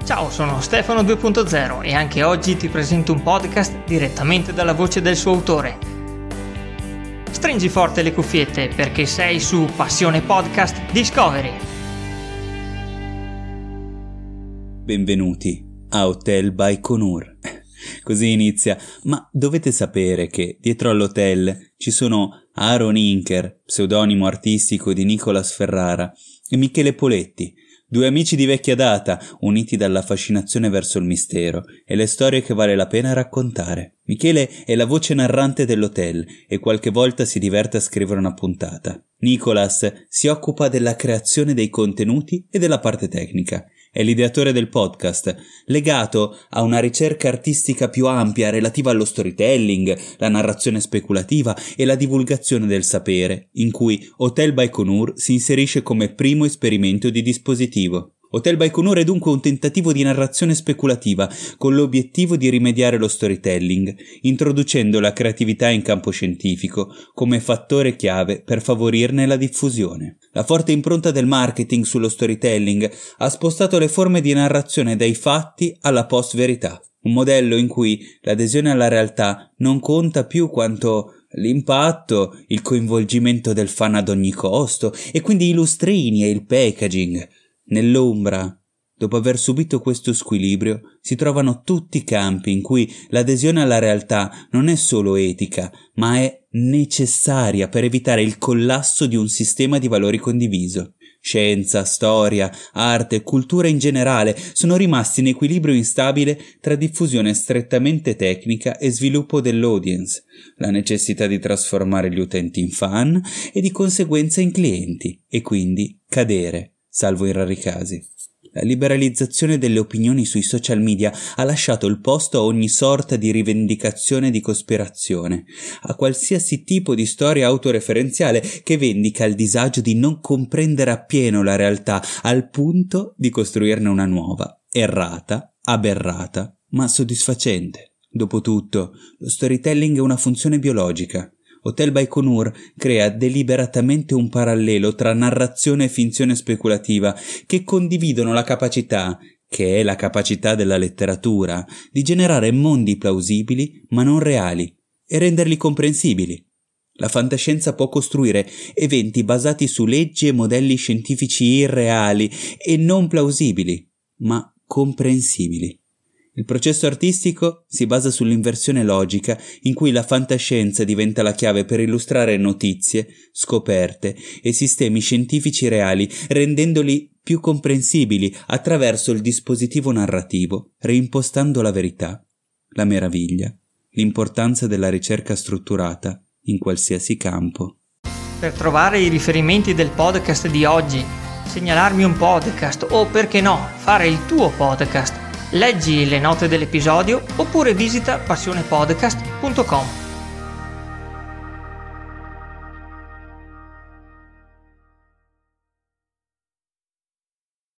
Ciao, sono Stefano 2.0 e anche oggi ti presento un podcast direttamente dalla voce del suo autore. Stringi forte le cuffiette perché sei su Passione Podcast Discovery. Benvenuti a Hotel Baikonur. Così inizia, ma dovete sapere che dietro all'hotel ci sono Aaron Hinker, pseudonimo artistico di Nicolas Ferrara, e Michele Poletti, due amici di vecchia data, uniti dalla fascinazione verso il mistero e le storie che vale la pena raccontare. Michele è la voce narrante dell'hotel e qualche volta si diverte a scrivere una puntata. Nicolas si occupa della creazione dei contenuti e della parte tecnica. È l'ideatore del podcast, legato a una ricerca artistica più ampia relativa allo storytelling, la narrazione speculativa e la divulgazione del sapere, in cui Hotel Baikonur si inserisce come primo esperimento di dispositivo. Hotel Baikonur è dunque un tentativo di narrazione speculativa con l'obiettivo di rimediare lo storytelling, introducendo la creatività in campo scientifico come fattore chiave per favorirne la diffusione. La forte impronta del marketing sullo storytelling ha spostato le forme di narrazione dai fatti alla post-verità, un modello in cui l'adesione alla realtà non conta più quanto l'impatto, il coinvolgimento del fan ad ogni costo e quindi i lustrini e il packaging. Nell'ombra, dopo aver subito questo squilibrio, si trovano tutti i campi in cui l'adesione alla realtà non è solo etica, ma è necessaria per evitare il collasso di un sistema di valori condiviso. Scienza, storia, arte, cultura in generale sono rimasti in equilibrio instabile tra diffusione strettamente tecnica e sviluppo dell'audience, la necessità di trasformare gli utenti in fan e di conseguenza in clienti, e quindi cadere, salvo in rari casi. La liberalizzazione delle opinioni sui social media ha lasciato il posto a ogni sorta di rivendicazione di cospirazione, a qualsiasi tipo di storia autoreferenziale che vendica il disagio di non comprendere appieno la realtà al punto di costruirne una nuova, errata, aberrata, ma soddisfacente. Dopotutto, lo storytelling è una funzione biologica. Hotel Baikonur crea deliberatamente un parallelo tra narrazione e finzione speculativa che condividono la capacità, che è la capacità della letteratura, di generare mondi plausibili ma non reali e renderli comprensibili. La fantascienza può costruire eventi basati su leggi e modelli scientifici irreali e non plausibili, ma comprensibili. Il processo artistico si basa sull'inversione logica in cui la fantascienza diventa la chiave per illustrare notizie, scoperte e sistemi scientifici reali, rendendoli più comprensibili attraverso il dispositivo narrativo, reimpostando la verità, la meraviglia, l'importanza della ricerca strutturata in qualsiasi campo. Per trovare i riferimenti del podcast di oggi, segnalarmi un podcast o, perché no, fare il tuo podcast, leggi le note dell'episodio oppure visita passionepodcast.com.